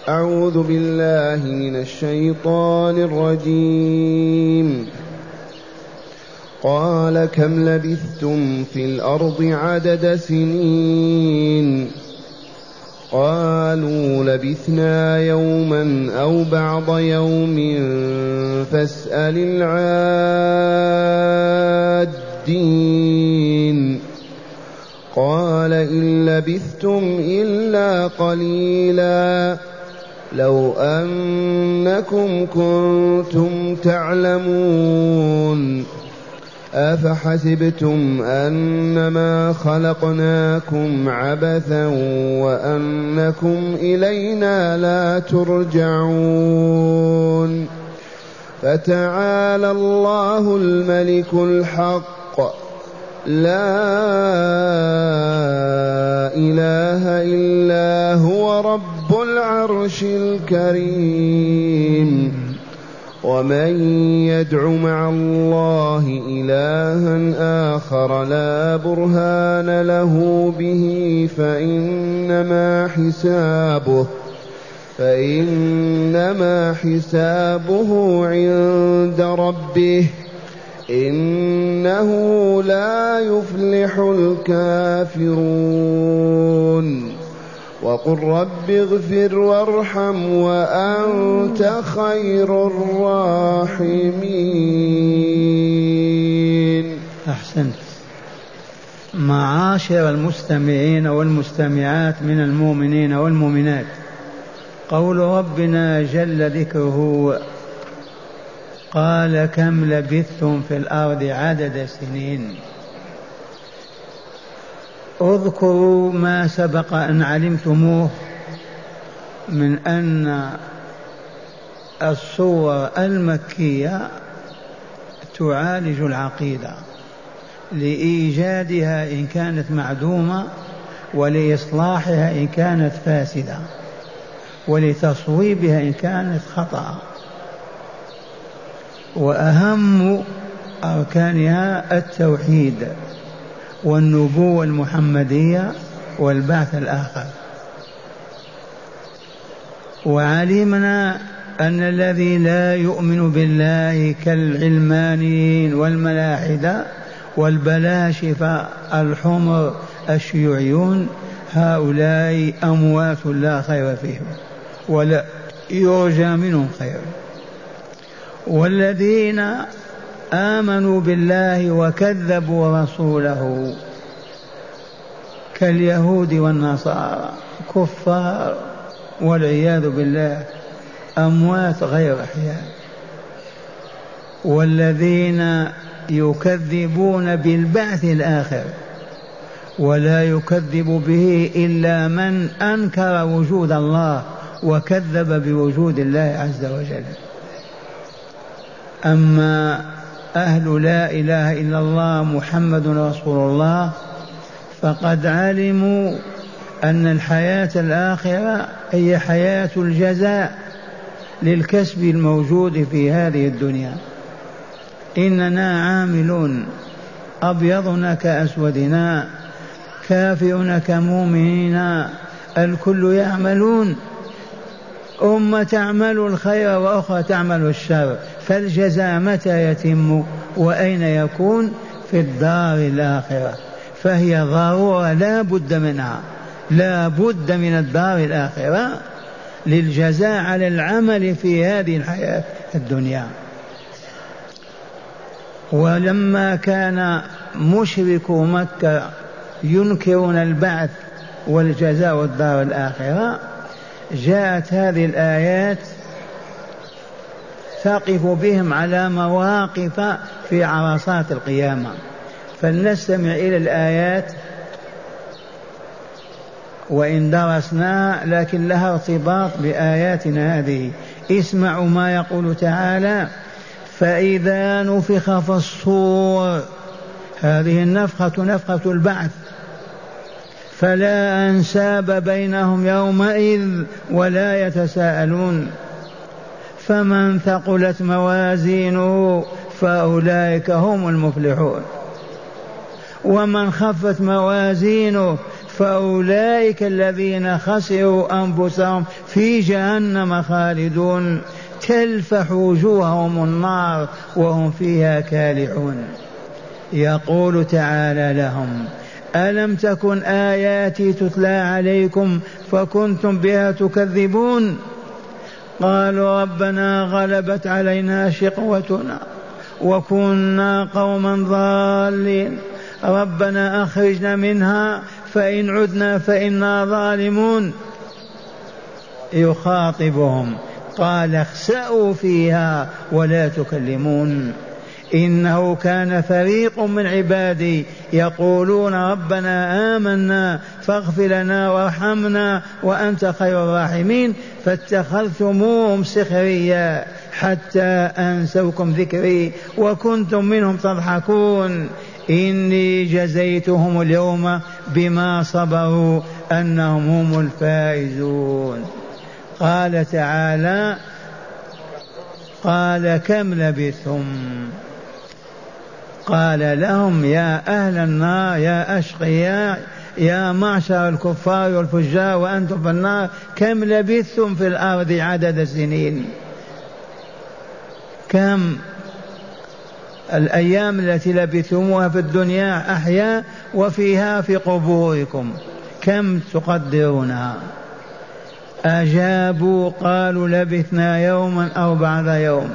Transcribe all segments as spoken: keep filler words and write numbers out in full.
أعوذ بالله من الشيطان الرجيم. قال كم لبثتم في الأرض عدد سنين قالوا لبثنا يوما أو بعض يوم فاسأل العادين قال إن لبثتم إلا قليلا لو أنكم كنتم تعلمون أفحسبتم أنما خلقناكم عبثا وأنكم إلينا لا ترجعون فتعالى الله الملك الحق لا إله إلا هو رب العرش الكريم ومن يدع مع الله إلها آخر لا برهان له به فإنما حسابه فإنما حسابه عند ربه إنه لا يفلح الكافرون وقل رب اغفر وارحم وأنت خير الراحمين. أحسنت. معاشر المستمعين والمستمعات من المؤمنين والمؤمنات، قول ربنا جل ذكره قال كم لبثتم في الأرض عدد سنين. اذكروا ما سبق أن علمتموه من أن السورة المكية تعالج العقيدة لإيجادها إن كانت معدومة ولإصلاحها إن كانت فاسدة ولتصويبها إن كانت خطأ. وأهم أركانها التوحيد والنبوة المحمدية والبعث الآخر. وعلمنا أن الذي لا يؤمن بالله كالعلمانيين والملاحدة والبلاشفة الحمر الشيوعيون هؤلاء أموات لا خير فيهم ولا يرجى منهم خير. والذين آمنوا بالله وكذبوا رسوله كاليهود والنصارى كفار والعياذ بالله أموات غير أحياء. والذين يكذبون بالبعث الآخر ولا يكذب به إلا من أنكر وجود الله وكذب بوجود الله عز وجل. أما أهل لا إله إلا الله محمد رسول الله فقد علموا أن الحياة الآخرة هي حياة الجزاء للكسب الموجود في هذه الدنيا. إننا عاملون أبيضنا كأسودنا كافرنا كمؤمنين الكل يعملون. أمة تعمل الخير وأخرى تعمل الشر، فالجزاء متى يتم وأين يكون؟ في الدار الآخرة. فهي ضرورة لا بد منها، لا بد من الدار الآخرة للجزاء على العمل في هذه الحياة الدنيا. ولما كان مشركو مكة ينكرون البعث والجزاء والدار الآخرة جاءت هذه الآيات تقف بهم على مواقف في عرصات القيامة. فلنستمع إلى الآيات وإن درسناها لكن لها ارتباط بآياتنا هذه. اسمعوا ما يقول تعالى: فإذا نفخ في الصور، هذه النفخة نفخة البعث، فلا أنساب بينهم يومئذ ولا يتساءلون، فمن ثقلت موازينه فأولئك هم المفلحون، ومن خفت موازينه فأولئك الذين خسروا أنفسهم في جهنم خالدون تلفح وجوههم النار وهم فيها كالحون. يقول تعالى لهم: ألم تكن آياتي تتلى عليكم فكنتم بها تكذبون؟ قالوا ربنا غلبت علينا شقوتنا وكنا قوما ضالين ربنا أخرجنا منها فإن عدنا فإنا ظالمون. يخاطبهم قال: اخسأوا فيها ولا تكلمون إنه كان فريق من عبادي يقولون ربنا آمنا فاغفر لنا وارحمنا وأنت خير الراحمين فاتخذتموهم سخريا حتى أنسوكم ذكري وكنتم منهم تضحكون إني جزيتهم اليوم بما صبروا أنهم هم الفائزون. قال تعالى: قال كم لبثتم؟ قال لهم: يا أهل النار يا أشقياء يا معشر الكفار والفجار وأنتم في النار كم لبثتم في الأرض عدد سنين؟ كم الأيام التي لبثتموها في الدنيا أحياء وفيها في قبوركم كم تقدرونها؟ أجابوا قالوا لبثنا يوما أو بعض يوم.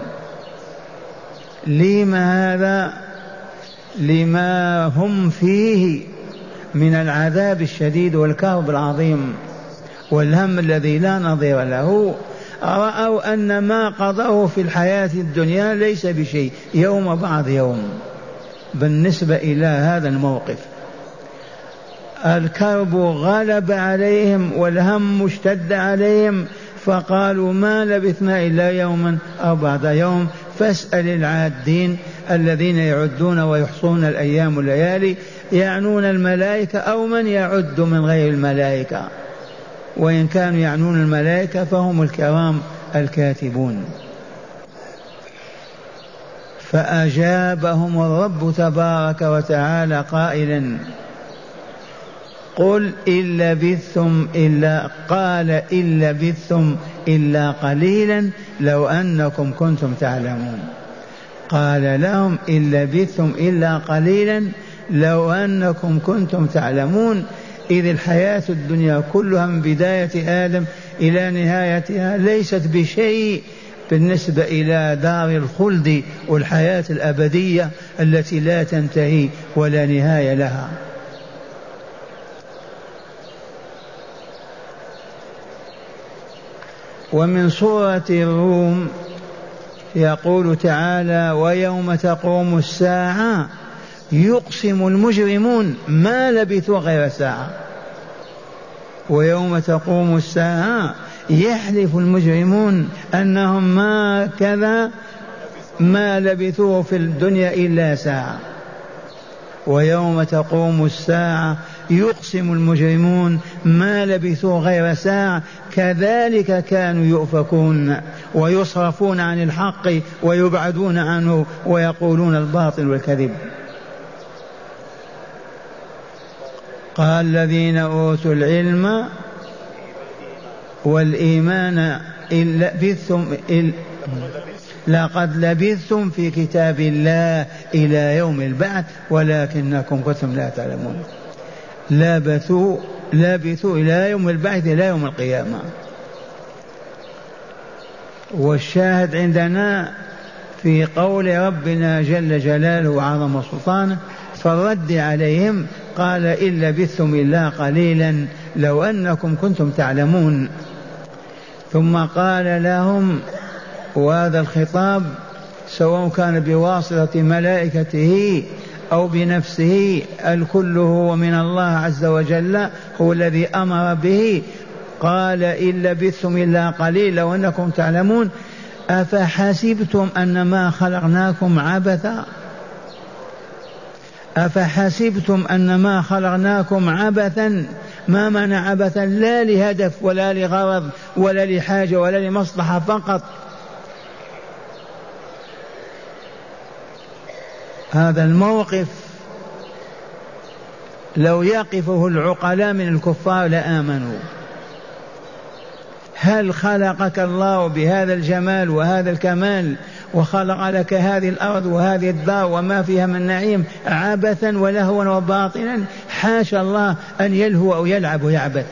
لما هذا؟ لما هم فيه من العذاب الشديد والكرب العظيم والهم الذي لا نظير له. رأوا أن ما قضوه في الحياة الدنيا ليس بشيء، يوم بعد يوم بالنسبة إلى هذا الموقف. الكرب غلب عليهم والهم اشتد عليهم فقالوا ما لبثنا إلا يوما أو بعد يوم. فاسأل العادين الذين يعدون ويحصون الأيام والليالي، يعنون الملائكة أو من يعد من غير الملائكة، وإن كانوا يعنون الملائكة فهم الكرام الكاتبون. فأجابهم الرب تبارك وتعالى قائلا: قل إن لبثتم إلا قال إن لبثتم إلا قليلا لو أنكم كنتم تعلمون. قال لهم: إن لبثتم إلا قليلا لو أنكم كنتم تعلمون. إذ الحياة الدنيا كلها من بداية آدم إلى نهايتها ليست بشيء بالنسبة إلى دار الخلد والحياة الأبدية التي لا تنتهي ولا نهاية لها. ومن سورة الروم يقول تعالى: ويوم تقوم الساعة يقسم المجرمون ما لبثوا غير ساعة. ويوم تقوم الساعة يحلف المجرمون أنهم ما كذا ما لبثوا في الدنيا إلا ساعة. ويوم تقوم الساعة يقسم المجرمون ما لبثوا غير ساعة كذلك كانوا يؤفكون ويصرفون عن الحق ويبعدون عنه ويقولون الباطل والكذب. قال الذين أوتوا العلم والإيمان إن لبثتم إن لقد لبثتم في كتاب الله إلى يوم البعث ولكنكم كنتم لا تعلمون. لبثوا لبثوا إلى يوم البعث إلى يوم القيامة. والشاهد عندنا في قول ربنا جل جلاله وعظم سلطانه فالرد عليهم قال: إن لبثتم إلا قليلا لو أنكم كنتم تعلمون. ثم قال لهم، وهذا الخطاب سواء كان بواسطة ملائكته أو بنفسه الكل هو من الله عز وجل، هو الذي أمر به. قال: إن لبثتم إلا قليلا لو أنكم تعلمون أفحسبتم أنما خلقناكم عبثا أفحسبتم أنما خلقناكم عبثا. ما معنى عبثا؟ لا لهدف ولا لغرض ولا لحاجة ولا لمصلحة فقط. هذا الموقف لو يقفه العقلاء من الكفار لآمنوا. هل خلقك الله بهذا الجمال وهذا الكمال وخلق لك هذه الأرض وهذه الدار وما فيها من نعيم عبثا ولهوا وباطلا؟ حاشا الله أن يلهو أو يلعب ويعبث.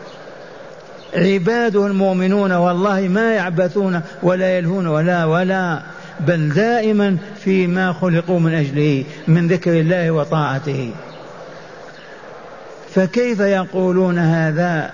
عباده المؤمنون والله ما يعبثون ولا يلهون ولا ولا بل دائما فيما خلقوا من أجله من ذكر الله وطاعته. فكيف يقولون هذا؟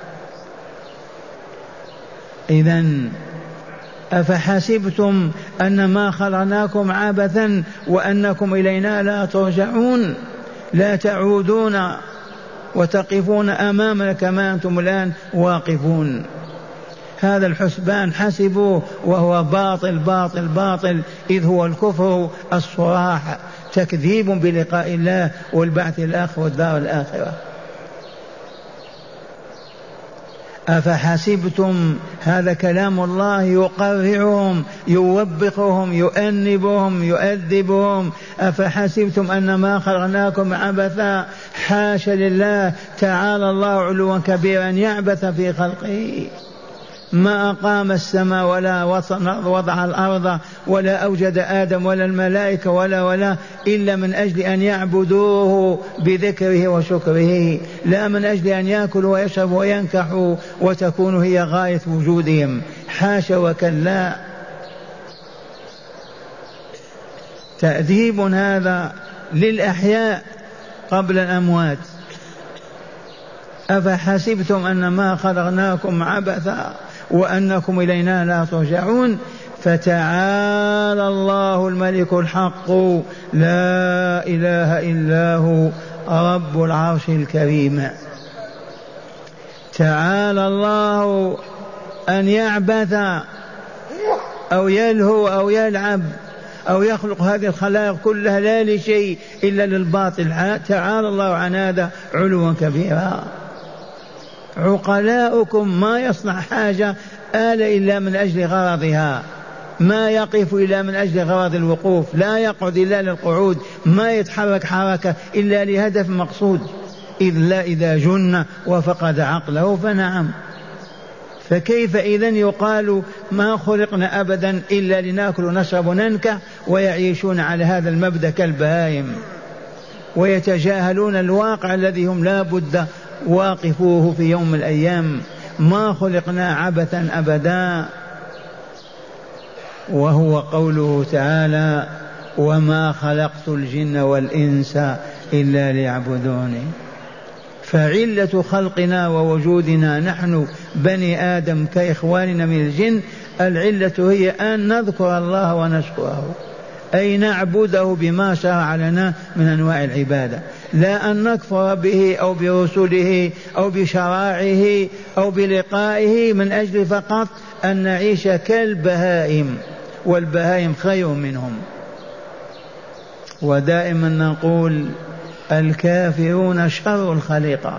إذن أفحسبتم أنما خلقناكم عبثا وأنكم إلينا لا ترجعون، لا تعودون وتقفون أمامنا كما أنتم الآن واقفون. هذا الحسبان حسبوه وهو باطل باطل باطل، إذ هو الكفر الصراح، تكذيب بلقاء الله والبعث الآخر والدار الآخرة. أفحسبتم، هذا كلام الله يقرعهم يوبخهم يؤنبهم يؤدبهم. أفحسبتم أنما خلقناكم عبثا، حاشا لله، تعالى الله علوا كبيرا يعبث في خلقه. ما أقام السماء ولا وضع الأرض ولا أوجد آدم ولا الملائكة ولا ولا إلا من أجل أن يعبدوه بذكره وشكره، لا من أجل أن يأكلوا ويشربوا وينكحوا وتكون هي غاية وجودهم. حاشا وكلا. تأديب هذا للأحياء قبل الأموات. أفحسبتم أنما خلقناكم عبثا وأنكم إلينا لا ترجعون. فتعالى الله الملك الحق لا إله إلا هو رب العرش الكريم. تعالى الله أن يعبث أو يلهو أو يلعب أو يخلق هذه الخلائق كلها لا لشيء إلا للباطل. تعالى الله عن هذا علوا كبيرا. عقلاؤكم ما يصنع حاجة آلة إلا من أجل غرضها، ما يقف إلا من أجل غرض الوقوف، لا يقعد إلا للقعود، ما يتحرك حركة إلا لهدف مقصود. إذ لا إذا جن وفقد عقله فنعم. فكيف إذن يقال ما خلقنا أبدا إلا لنأكل ونشرب وننكح، ويعيشون على هذا المبدأ كالبهائم ويتجاهلون الواقع الذي هم لا بد واقفوه في يوم من الأيام. ما خلقنا عبثا أبدا. وهو قوله تعالى وما خلقت الجن والإنس إلا ليعبدوني. فعلة خلقنا ووجودنا نحن بني آدم كإخواننا من الجن، العلة هي أن نذكر الله ونشكره، أي نعبده بما شرع لنا من أنواع العبادة، لا أن نكفر به أو برسله أو بشرائعه أو بلقائه من أجل فقط أن نعيش كالبهائم، والبهائم خير منهم. ودائما نقول الكافرون شر الخليقة،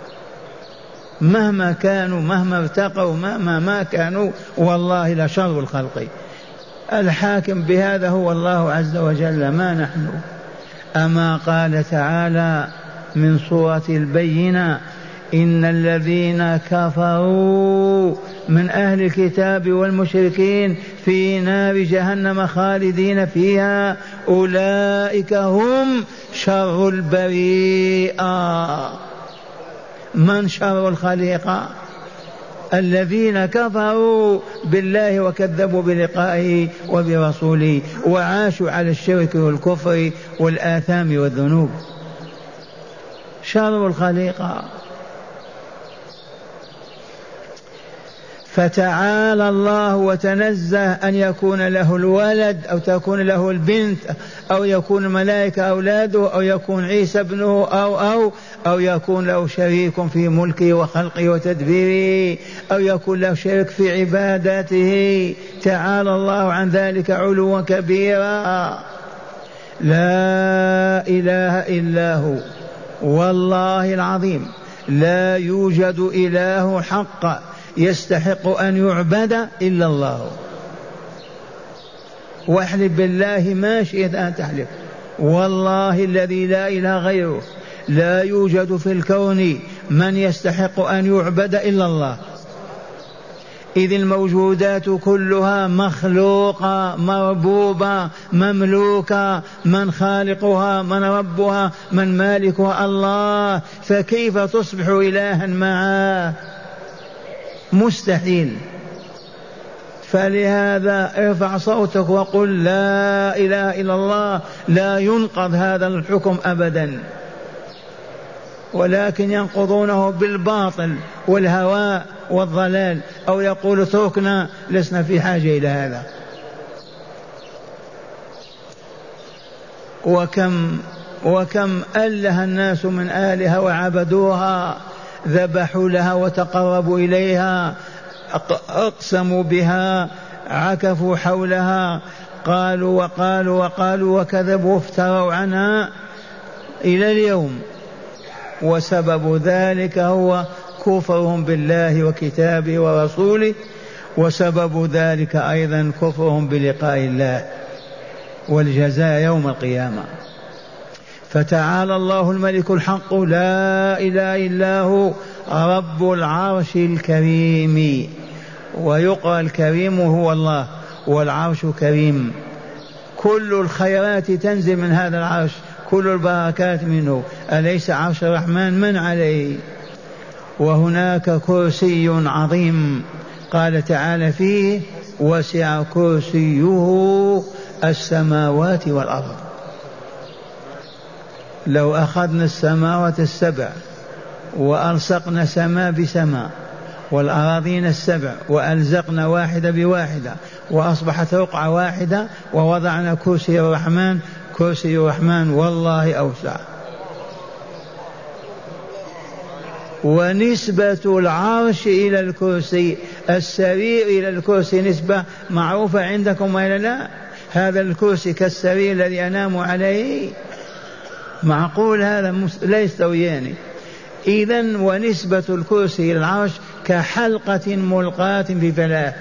مهما كانوا مهما ارتقوا مهما ما كانوا والله لشر الخلق. الحاكم بهذا هو الله عز وجل ما نحن. أما قال تعالى من سورة البينة إن الذين كفروا من أهل الكتاب والمشركين في نار جهنم خالدين فيها أولئك هم شر البريئة. من شر الخليقة؟ الذين كفروا بالله وكذبوا بلقائه وبرسوله وعاشوا على الشرك والكفر والآثام والذنوب. شر الخليقة. فتعالى الله وتنزه أن يكون له الولد أو تكون له البنت أو يكون الملائكة أولاده أو يكون عيسى ابنه أو أو أو يكون له شريك في ملكه وخلقه وتدبيره أو يكون له شريك في عبادته. تعالى الله عن ذلك علوا كبيرا. لا إله إلا هو والله العظيم لا يوجد إله حق يستحق أن يعبد إلا الله. واحلف بالله ما شئت أن تحلف، والله الذي لا إله غيره لا يوجد في الكون من يستحق أن يعبد إلا الله، إذ الموجودات كلها مخلوقة مربوبة مملوكة، من خالقها من ربها من مالكها الله، فكيف تصبح إلها معه؟ مستحيل. فلهذا ارفع صوتك وقل لا إله إلا الله، لا ينقض هذا الحكم أبدا، ولكن ينقضونه بالباطل والهواء والضلال، أو يقول اتركنا لسنا في حاجة إلى هذا. وكم وكم أله الناس من آلهة وعبدوها، ذبحوا لها وتقربوا إليها، أقسموا بها، عكفوا حولها، قالوا وقالوا وقالوا وكذبوا وافتروا عنها إلى اليوم. وسبب ذلك هو كفرهم بالله وكتابه ورسوله، وسبب ذلك أيضا كفرهم بلقاء الله والجزاء يوم القيامة. فتعالى الله الملك الحق لا إله إلا هو رب العرش الكريم. ويقرأ الكريم هو الله، والعرش كريم، كل الخيرات تنزل من هذا العرش، كل البركات منه، أليس عرش الرحمن من عليه؟ وهناك كرسي عظيم قال تعالى فيه وسع كرسيه السماوات والأرض. لو أخذنا السماوات السبع وألصقنا سماء بسماء والأراضين السبع وألزقنا واحدة بواحدة وأصبحت رقعة واحدة ووضعنا كرسي الرحمن، كرسي الرحمن والله أوسع. ونسبة العرش إلى الكرسي، السرير إلى الكرسي نسبة معروفة عندكم ولا لا؟ هذا الكرسي كالسرير الذي أنام عليه، معقول هذا لا يستويان. إذن ونسبة الكرسي إلى العرش كحلقة ملقاة في فلاة.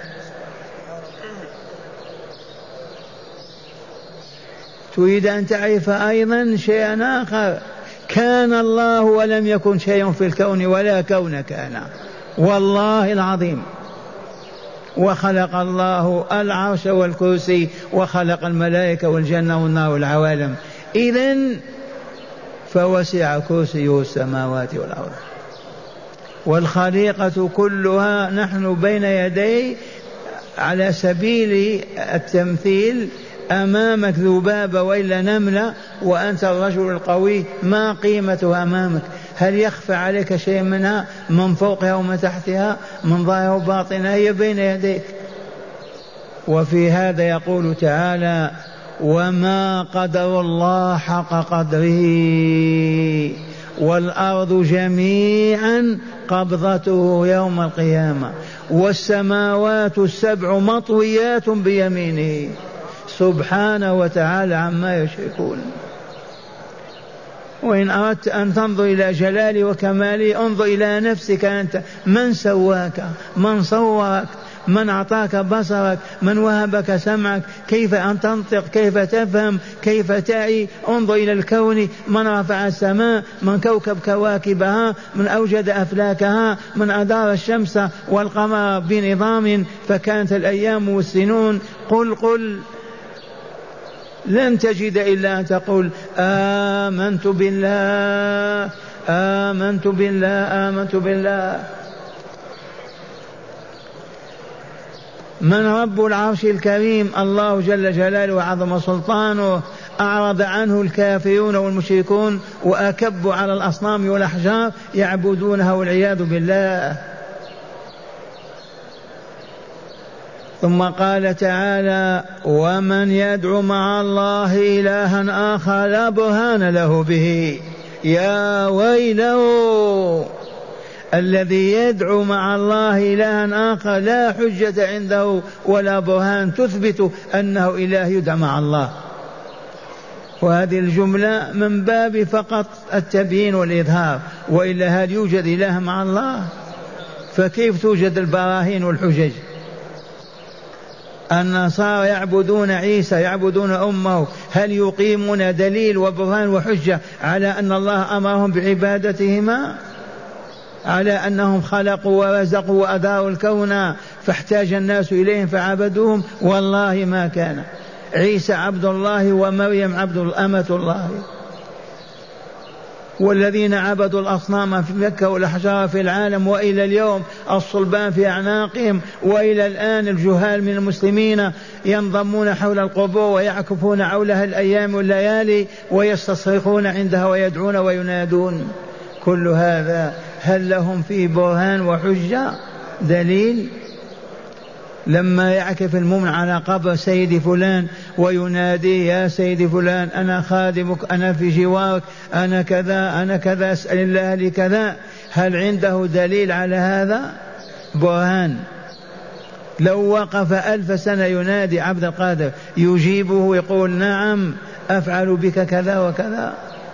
تريد أن تعرف أيضا شيئا آخر، كان الله ولم يكن شيء في الكون ولا كون كان، والله العظيم. وخلق الله العرش والكرسي وخلق الملائكة والجنة والنار والعوالم. إذن فوسع كرسيه السماوات والأرض، والخليقة كلها نحن بين يدي على سبيل التمثيل، أمامك ذبابة وإلا نملة وأنت الرجل القوي، ما قيمتها أمامك؟ هل يخفى عليك شيء منها من فوقها ومن تحتها من ظاهرها وباطنها؟ هي بين يديك. وفي هذا يقول تعالى وما قدر الله حق قدره والأرض جميعا قبضته يوم القيامة والسماوات السبع مطويات بيمينه سبحانه وتعالى عما يشركون. وإن أردت أن تنظر إلى جلاله وكماله انظر إلى نفسك أنت، من سواك، من صورك، من أعطاك بصرك، من وهبك سمعك، كيف أن تنطق، كيف تفهم، كيف تعي. انظر إلى الكون، من رفع السماء، من كوكب كواكبها، من أوجد أفلاكها، من أدار الشمس والقمر بنظام فكانت الأيام والسنون. قل قل لن تجد إلا أن تقول آمنت بالله آمنت بالله آمنت بالله. من رب العرش الكريم؟ الله جل جلاله وعظم سلطانه. أعرض عنه الكافرون والمشركون وأكبوا على الأصنام والأحجار يعبدونها والعياذ بالله. ثم قال تعالى ومن يدعو مع الله إلها آخر لا برهان له به. يا ويله الذي يدعو مع الله إلها آخر لا حجة عنده ولا برهان تثبت أنه إله يدعى مع الله. وهذه الجملة من باب فقط التبيين والإظهار، وإلا هل يوجد إله مع الله؟ فكيف توجد البراهين والحجج؟ النصارى يعبدون عيسى يعبدون أمه، هل يقيمون دليل وبرهان وحجة على أن الله أمرهم بعبادتهما؟ على أنهم خلقوا ورزقوا وأداروا الكون فاحتاج الناس إليهم فعبدوهم؟ والله ما كان. عيسى عبد الله ومريم عبد أمة الله. والذين عبدوا الأصنام في مكة والأحجار في العالم وإلى اليوم الصلبان في أعناقهم، وإلى الآن الجهال من المسلمين ينضمون حول القبور ويعكفون حولها الأيام والليالي ويستصرخون عندها ويدعون وينادون. كل هذا هل لهم فيه برهان وحجة دليل؟ لما يعكف المؤمن على قبر سيدي فلان وينادي يا سيدي فلان أنا خادمك أنا في جوارك أنا كذا أنا كذا أسأل الله لي كذا، هل عنده دليل على هذا؟ برهان. لو وقف ألف سنة ينادي عبد القادر يجيبه يقول نعم أفعل بك كذا وكذا.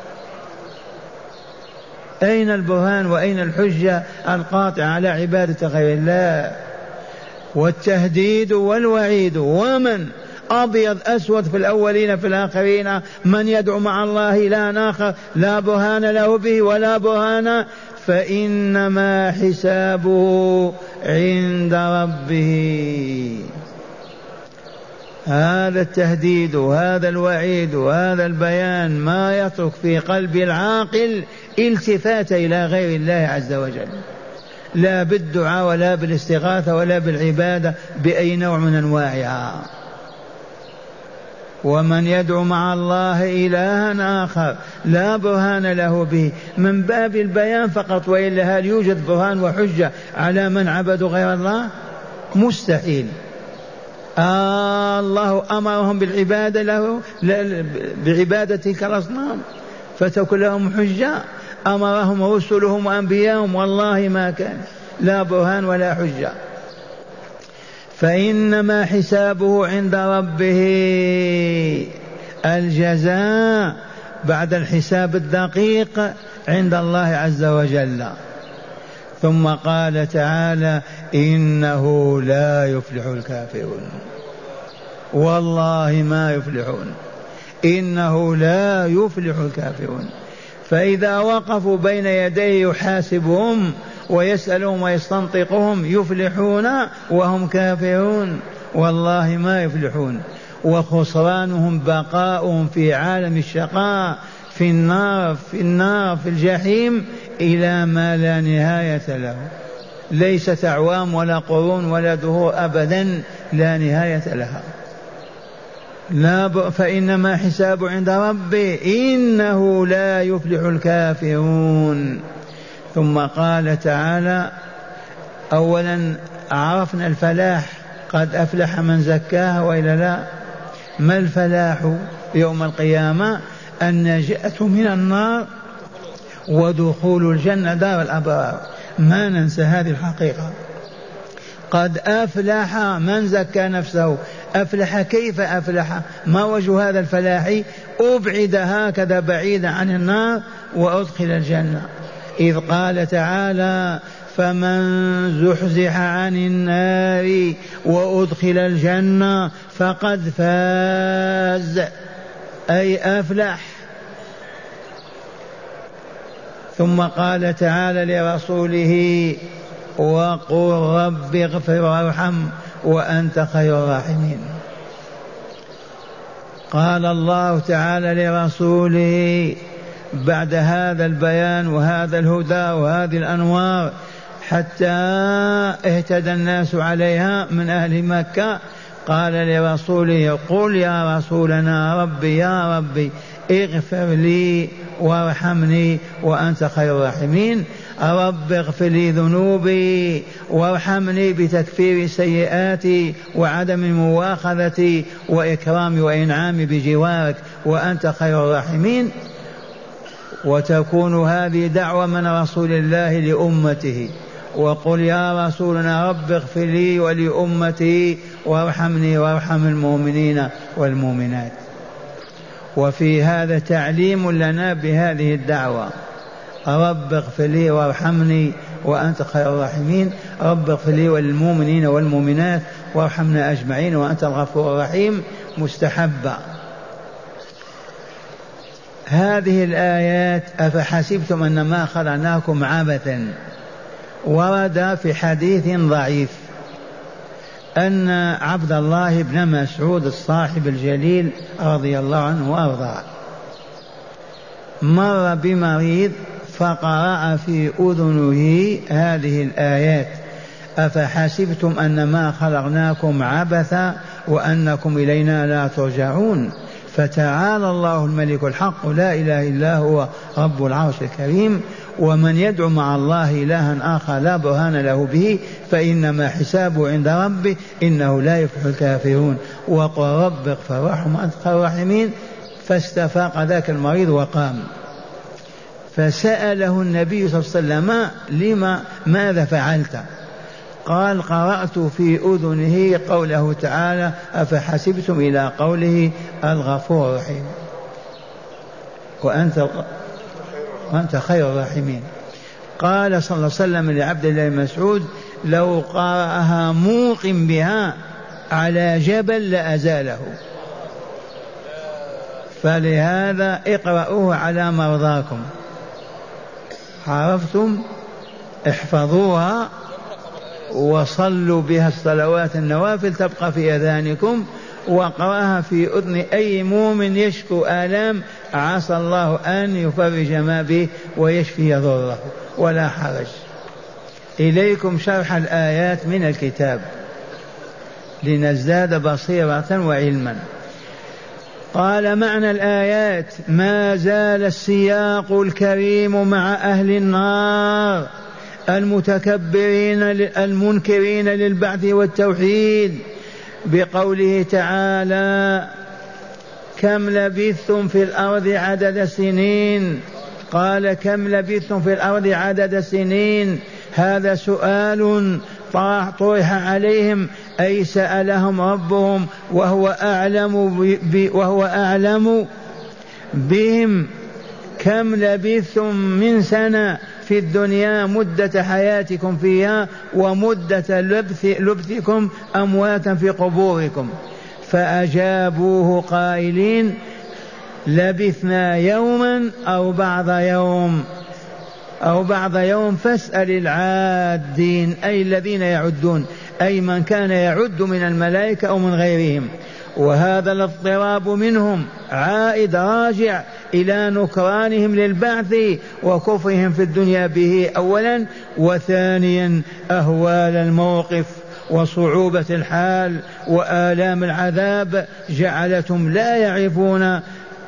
أين البرهان وأين الحجة القاطعة على عبادة غير الله؟ والتهديد والوعيد، ومن أبيض أسود في الأولين في الآخرين من يدعو مع الله لا آخر لا برهان له به ولا برهان فإنما حسابه عند ربه. هذا التهديد وهذا الوعيد وهذا البيان ما يترك في قلب العاقل التفات إلى غير الله عز وجل، لا بالدعاء ولا بالاستغاثة ولا بالعبادة بأي نوع من أنواعها. ومن يدعو مع الله إلها آخر لا برهان له به من باب البيان فقط، وإلا هل يوجد برهان وحجة على من عبدوا غير الله؟ مستحيل. آه الله أمرهم بالعبادة له بعبادة تلك الأصنام فتكون لهم حجة؟ أمرهم رسلهم وأنبياءهم؟ والله ما كان، لا برهان ولا حجة. فإنما حسابه عند ربه، الجزاء بعد الحساب الدقيق عند الله عز وجل. ثم قال تعالى إنه لا يفلح الكافرون، والله ما يفلحون، إنه لا يفلح الكافرون. فإذا وقفوا بين يديه يحاسبهم ويسألهم ويستنطقهم يفلحون وهم كافرون؟ والله ما يفلحون. وخسرانهم بقاؤهم في عالم الشقاء في النار في النار في الجحيم إلى ما لا نهاية له، ليست أعوام ولا قرون ولا دهور أبدا، لا نهاية لها. لا ب... فإنما حساب عند ربه إنه لا يفلح الكافرون. ثم قال تعالى أولا عرفنا الفلاح، قد أفلح من زكاها وإلا لا؟ ما الفلاح يوم القيامة؟ النجاة من النار ودخول الجنة دار الأبرار. ما ننسى هذه الحقيقة. قد أفلح من زكى نفسه. أفلح كيف أفلح؟ ما وجه هذا الفلاح؟ أبعد هكذا بعيدا عن النار وأدخل الجنة. إذ قال تعالى فمن زحزح عن النار وأدخل الجنة فقد فاز، أي أفلح. ثم قال تعالى لرسوله وقل رب اغفر وارحم وأنت خير الراحمين. قال الله تعالى لرسوله بعد هذا البيان وهذا الهدى وهذه الأنوار حتى اهتدى الناس عليها من أهل مكة، قال لرسوله قل يا رسولنا ربي يا ربي اغفر لي وارحمني وأنت خير الراحمين. رب اغفر لي ذنوبي وارحمني بتكفير سيئاتي وعدم مواخذتي وإكرامي وإنعامي بجوارك وأنت خير الراحمين. وتكون هذه دعوة من رسول الله لأمته، وقل يا رسولنا رب اغفر لي ولأمتي وارحمني وارحم المؤمنين والمؤمنات. وفي هذا تعليم لنا بهذه الدعوة، رب اغفر لي وارحمني وأنت خير الراحمين. رب اغفر لي وللمؤمنين والمؤمنات وارحمنا أجمعين وأنت الغفور الرحيم. مستحبة هذه الآيات. أفحسبتم أنما خلقناكم عبثا، ورد في حديث ضعيف أن عبد الله بن مسعود الصاحب الجليل رضي الله عنه وأرضاه مر بمريض فقرأ في أذنه هذه الآيات: أفحسبتم أنما خلقناكم عبثا وأنكم إلينا لا ترجعون. فتعالى الله الملك الحق لا إله إلا هو رب العرش الكريم. ومن يدعو مع الله إلها آخر لا برهان له به فإنما حسابه عند ربه إنه لا يفلح الكافرون. وقل رب اغفر وارحم وأنت خير الراحمين. فاستفاق ذاك المريض وقام، فسأله النبي صلى الله عليه وسلم: لما ماذا فعلت؟ قال: قرأت في أذنه قوله تعالى: أفحسبتم إلى قوله الغفور الرحيم وأنت وأنت خير الراحمين. قال صلى الله عليه وسلم لعبد الله بن مسعود: لو قرأها موقن بها على جبل لأزاله. فلهذا اقرأوه على مرضاكم. عرفتم؟ احفظوها وصلوا بها الصلوات النوافل تبقى في أذانكم، وقرأها في أذن أي مؤمن يشكو آلام عسى الله أن يفرج ما به ويشفي ضره ولا حرج. إليكم شرح الآيات من الكتاب لنزداد بصيرة وعلما. قال: معنى الآيات: ما زال السياق الكريم مع أهل النار المتكبرين المنكرين للبعث والتوحيد بقوله تعالى: كم لبثتم في الأرض عدد سنين. قال: كم لبثتم في الأرض عدد سنين. هذا سؤال طرح عليهم، أي سألهم ربهم وهو أعلم, ب... وهو أعلم بهم. كم لبثتم من سنة في الدنيا مدة حياتكم فيها ومدة لبث لبثكم أمواتا في قبوركم. فأجابوه قائلين: لبثنا يوما أو بعض يوم أو بعض يوم فاسأل العادين، أي الذين يعدون، أي من كان يعد من الملائكة أو من غيرهم. وهذا الاضطراب منهم عائد راجع إلى نكرانهم للبعث وكفرهم في الدنيا به أولا، وثانيا أهوال الموقف وصعوبة الحال وآلام العذاب جعلتهم لا يعرفون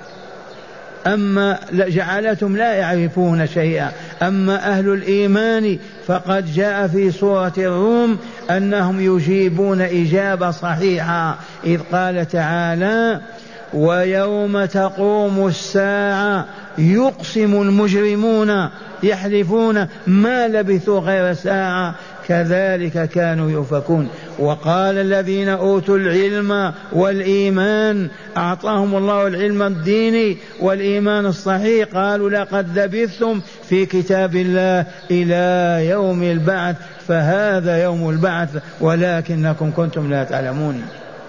أما جعلتهم لا يعرفون شيئا. أما أهل الإيمان فقد جاء في سورة الروم أنهم يجيبون إجابة صحيحة، إذ قال تعالى: ويوم تقوم الساعة يقسم المجرمون يحلفون ما لبثوا غير ساعة كذلك كانوا يؤفكون. وقال الذين أوتوا العلم والإيمان أعطاهم الله العلم الديني والإيمان الصحيح، قالوا: لقد لبثتم في كتاب الله إلى يوم البعث، فهذا يوم البعث ولكنكم كنتم لا تعلمون.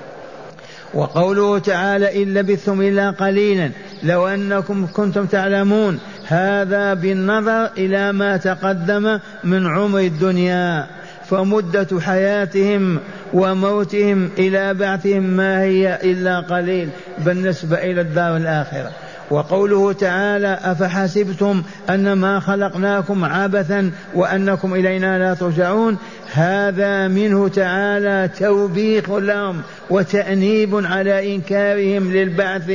وقوله تعالى: إن لبثتم إلا قليلا لو أنكم كنتم تعلمون، هذا بالنظر إلى ما تقدم من عمر الدنيا، فمدة حياتهم وموتهم إلى بعثهم ما هي إلا قليل بالنسبة إلى الدار الآخرة. وقوله تعالى: أفحسبتم أنما خلقناكم عبثا وأنكم إلينا لا ترجعون، هذا منه تعالى توبيخ لهم وتأنيب على إنكارهم للبعث.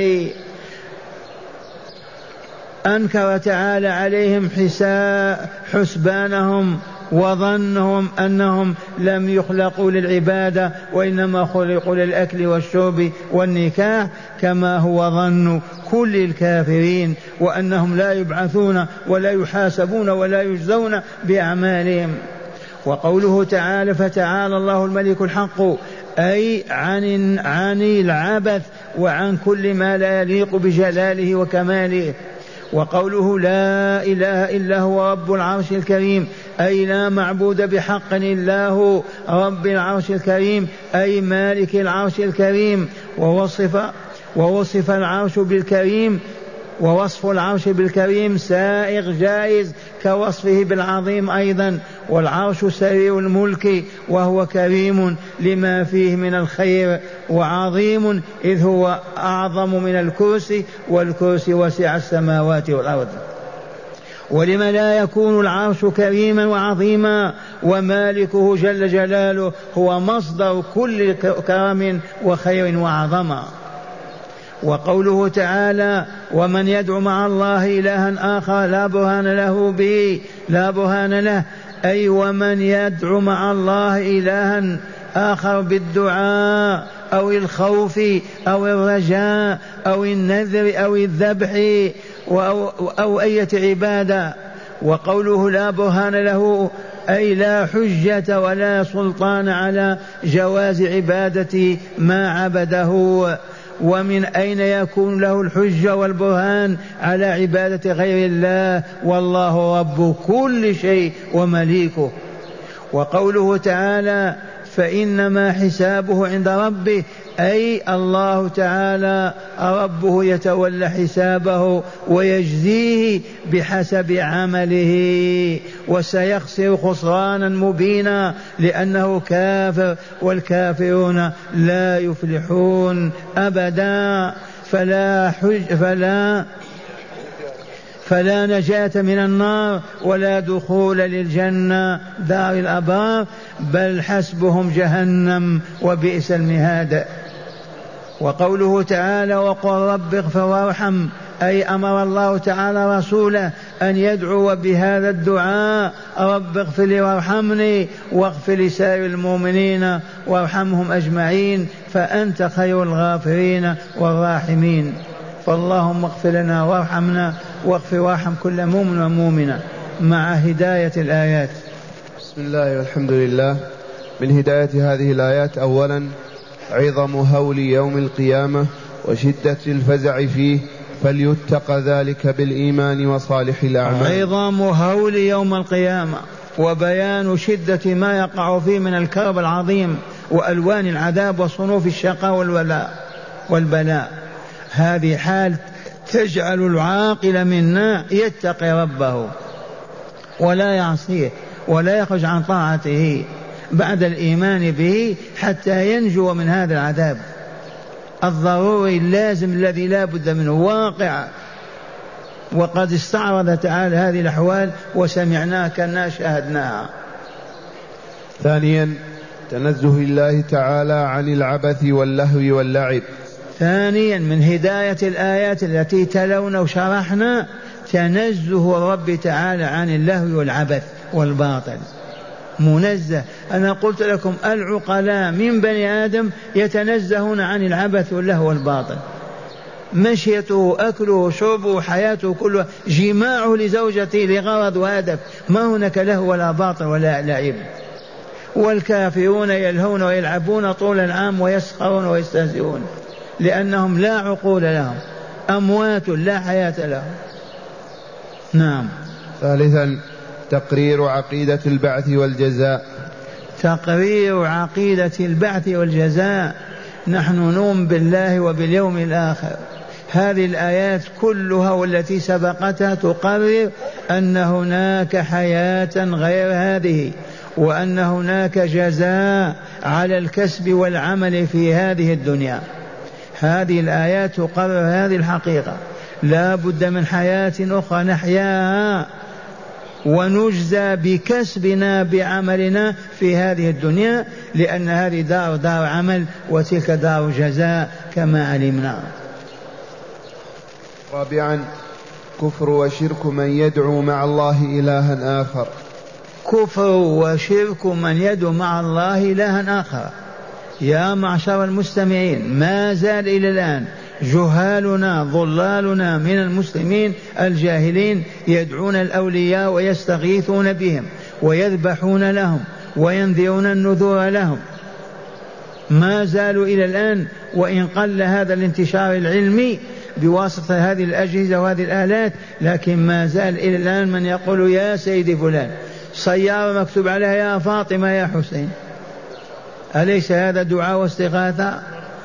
أنكر تعالى عليهم حسبانهم وظنهم أنهم لم يخلقوا للعبادة وإنما خلقوا للأكل والشرب والنكاح، كما هو ظن كل الكافرين، وأنهم لا يبعثون ولا يحاسبون ولا يجزون بأعمالهم. وقوله تعالى: فتعالى الله الملك الحق، أي عن, عن العبث وعن كل ما لا يليق بجلاله وكماله. وقوله: لا إله إلا هو رب العرش الكريم، أي لا معبود بحق إلا هو رب العرش الكريم أي مالك العرش الكريم. ووصف ووصف العرش بالكريم، ووصف العرش بالكريم سائغ جائز كوصفه بالعظيم أيضا. والعرش سريع الملك وهو كريم لما فيه من الخير، وعظيم إذ هو أعظم من الكرسي، والكرسي وسع السماوات والأرض. ولم لا يكون العرش كريما وعظيما ومالكه جل جلاله هو مصدر كل كرم وخير وعظمة. وقوله تعالى ومن يدعو مع الله إلها آخر لا برهان له به لا برهان له، أي ومن يدعو مع الله إلها آخر بالدعاء أو الخوف أو الرجاء أو النذر أو الذبح أو, أو أية عبادة. وقوله لا برهان له أي لا حجة ولا سلطان على جواز عبادة ما عبده. ومن أين يكون له الحجة والبرهان على عبادة غير الله والله رب كل شيء ومليكه. وقوله تعالى فإنما حسابه عند ربه أي الله تعالى ربه يتولى حسابه ويجزيه بحسب عمله، وسيخسر خسرانا مبينا لأنه كافر، والكافرون لا يفلحون أبدا. فلا حج فلا فلا نجاة من النار ولا دخول للجنة دار الأبرار، بل حسبهم جهنم وبئس المهاد. وقوله تعالى وقل رب اغفر وارحم أي أمر الله تعالى رسوله أن يدعو بهذا الدعاء رب اغفر لي وارحمني واغفر لسائر المؤمنين وارحمهم أجمعين فأنت خير الغافرين والراحمين. فاللهم اغفر لنا وارحمنا واغفر وارحم كل مؤمن ومؤمنة مع هداية الآيات. بسم الله والحمد لله. من هداية هذه الآيات أولا عظم هول يوم القيامة وشدة الفزع فيه، فليتق ذلك بالإيمان وصالح الأعمال. عظم هول يوم القيامة وبيان شدة ما يقع فيه من الكرب العظيم وألوان العذاب وصنوف الشقاء والولاء والبلاء. هذه حال تجعل العاقل منا يتقي ربه ولا يعصيه ولا يخرج عن طاعته بعد الإيمان به حتى ينجو من هذا العذاب الضروري اللازم الذي لا بد منه واقع. وقد استعرض تعالى هذه الأحوال وسمعناها كنا شاهدناها. ثانيا تنزه الله تعالى عن العبث واللهو واللعب. ثانيا من هداية الآيات التي تلونا وشرحنا تنزه الرب تعالى عن اللهو والعبث والباطل، منزه. أنا قلت لكم العقلاء من بني آدم يتنزهون عن العبث واللهو والباطل، مشيته أكله شربه حياته كلها جماعه لزوجته لغرض وهدف، ما هناك لهو ولا باطل ولا لعب. والكافرون يلهون ويلعبون طول العام ويسخرون ويستهزئون لأنهم لا عقول لهم، أموات لا حياة لهم. نعم. ثالثا تقرير عقيدة البعث والجزاء. تقرير عقيدة البعث والجزاء. نحن نؤمن بالله وباليوم الآخر. هذه الآيات كلها والتي سبقتها تقرر أن هناك حياة غير هذه، وأن هناك جزاء على الكسب والعمل في هذه الدنيا. هذه الآيات تقرر هذه الحقيقة. لا بد من حياة أخرى نحياها ونجزى بكسبنا بعملنا في هذه الدنيا، لأن هذه دار دار عمل وتلك دار جزاء كما علمنا. رابعا كفر وشرك من يدعو مع الله إلها آخر. كفر وشرك من يدعو مع الله إلها آخر. يا معشر المستمعين، ما زال إلى الآن جهالنا ضلالنا من المسلمين الجاهلين يدعون الأولياء ويستغيثون بهم ويذبحون لهم وينذرون النذور لهم، ما زالوا إلى الآن. وإن قل هذا الانتشار العلمي بواسطة هذه الأجهزة وهذه الآلات، لكن ما زال إلى الآن من يقول يا سيدي فلان سيارة مكتوب عليها يا فاطمة يا حسين، أليس هذا دعاء واستغاثة؟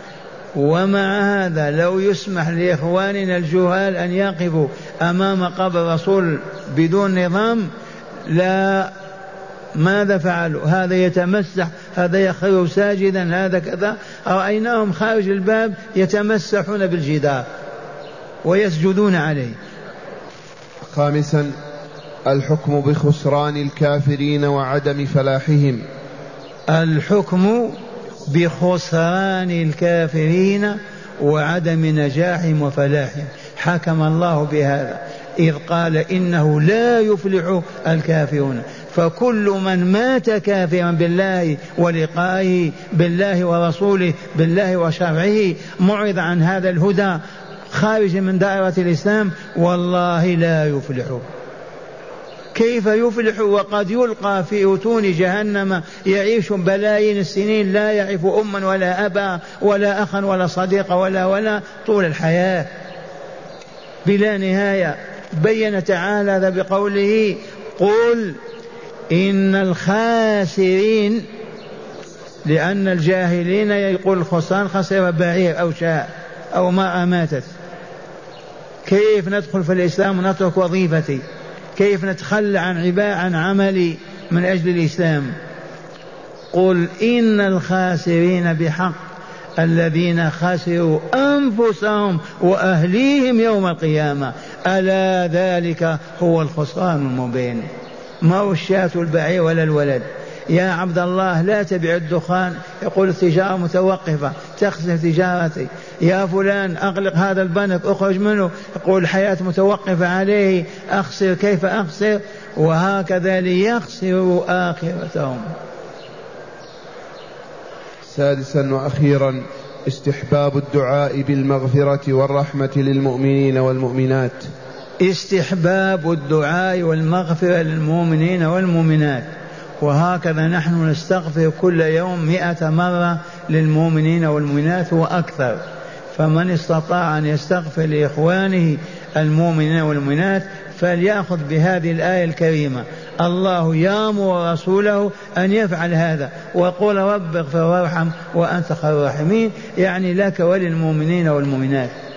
ومع هذا لو يسمح لإخواننا الجهال أن يقفوا أمام قبر الرسول بدون نظام، لا، ماذا فعلوا؟ هذا يتمسح، هذا يخر ساجدا، هذا كذا. رأيناهم خارج الباب يتمسحون بالجدار ويسجدون عليه. خامسا الحكم بخسران الكافرين وعدم فلاحهم. الحكم بخسران الكافرين وعدم نجاحهم وفلاحهم، حكم الله بهذا إذ قال إنه لا يفلح الكافرون. فكل من مات كافرا بالله ولقائه، بالله ورسوله، بالله وشرعه، معرض عن هذا الهدى، خارج من دائرة الإسلام، والله لا يفلح. كيف يفلح وقد يلقى في أتون جهنم يعيش بلايين السنين لا يعرف أما ولا أبا ولا أخا ولا صديق ولا ولا طول الحياة بلا نهاية. بين تعالى هذا بقوله قل إن الخاسرين، لأن الجاهلين يقول الخسران خسر بعير أو شاء أو ما ماتت. كيف ندخل في الإسلام ونترك وظيفتي؟ كيف نتخلى عن عباء عن عملي من أجل الإسلام؟ قل إن الخاسرين بحق الذين خسروا أنفسهم وأهليهم يوم القيامة، ألا ذلك هو الخسران المبين. ما هو الشاة البعير ولا الولد. يا عبد الله لا تبع الدخان، يقول التجارة متوقفة تخسر تجارتي. يا فلان أغلق هذا البنك أخرج منه، يقول الحياة متوقفة عليه، أخسر. كيف أخسر؟ وهكذا ليخسروا آخرتهم. سادسا وأخيرا استحباب الدعاء بالمغفرة والرحمة للمؤمنين والمؤمنات. استحباب الدعاء والمغفرة للمؤمنين والمؤمنات، وهكذا نحن نستغفر كل يوم مئة مرة للمؤمنين والمؤمنات وأكثر. فمن استطاع أن يستغفر لإخوانه المؤمنين والمؤمنات فليأخذ بهذه الآية الكريمة. الله يأمر رسوله أن يفعل هذا، وقل رب اغفر وارحم وأنت خير الراحمين، يعني لك وللمؤمنين والمؤمنات.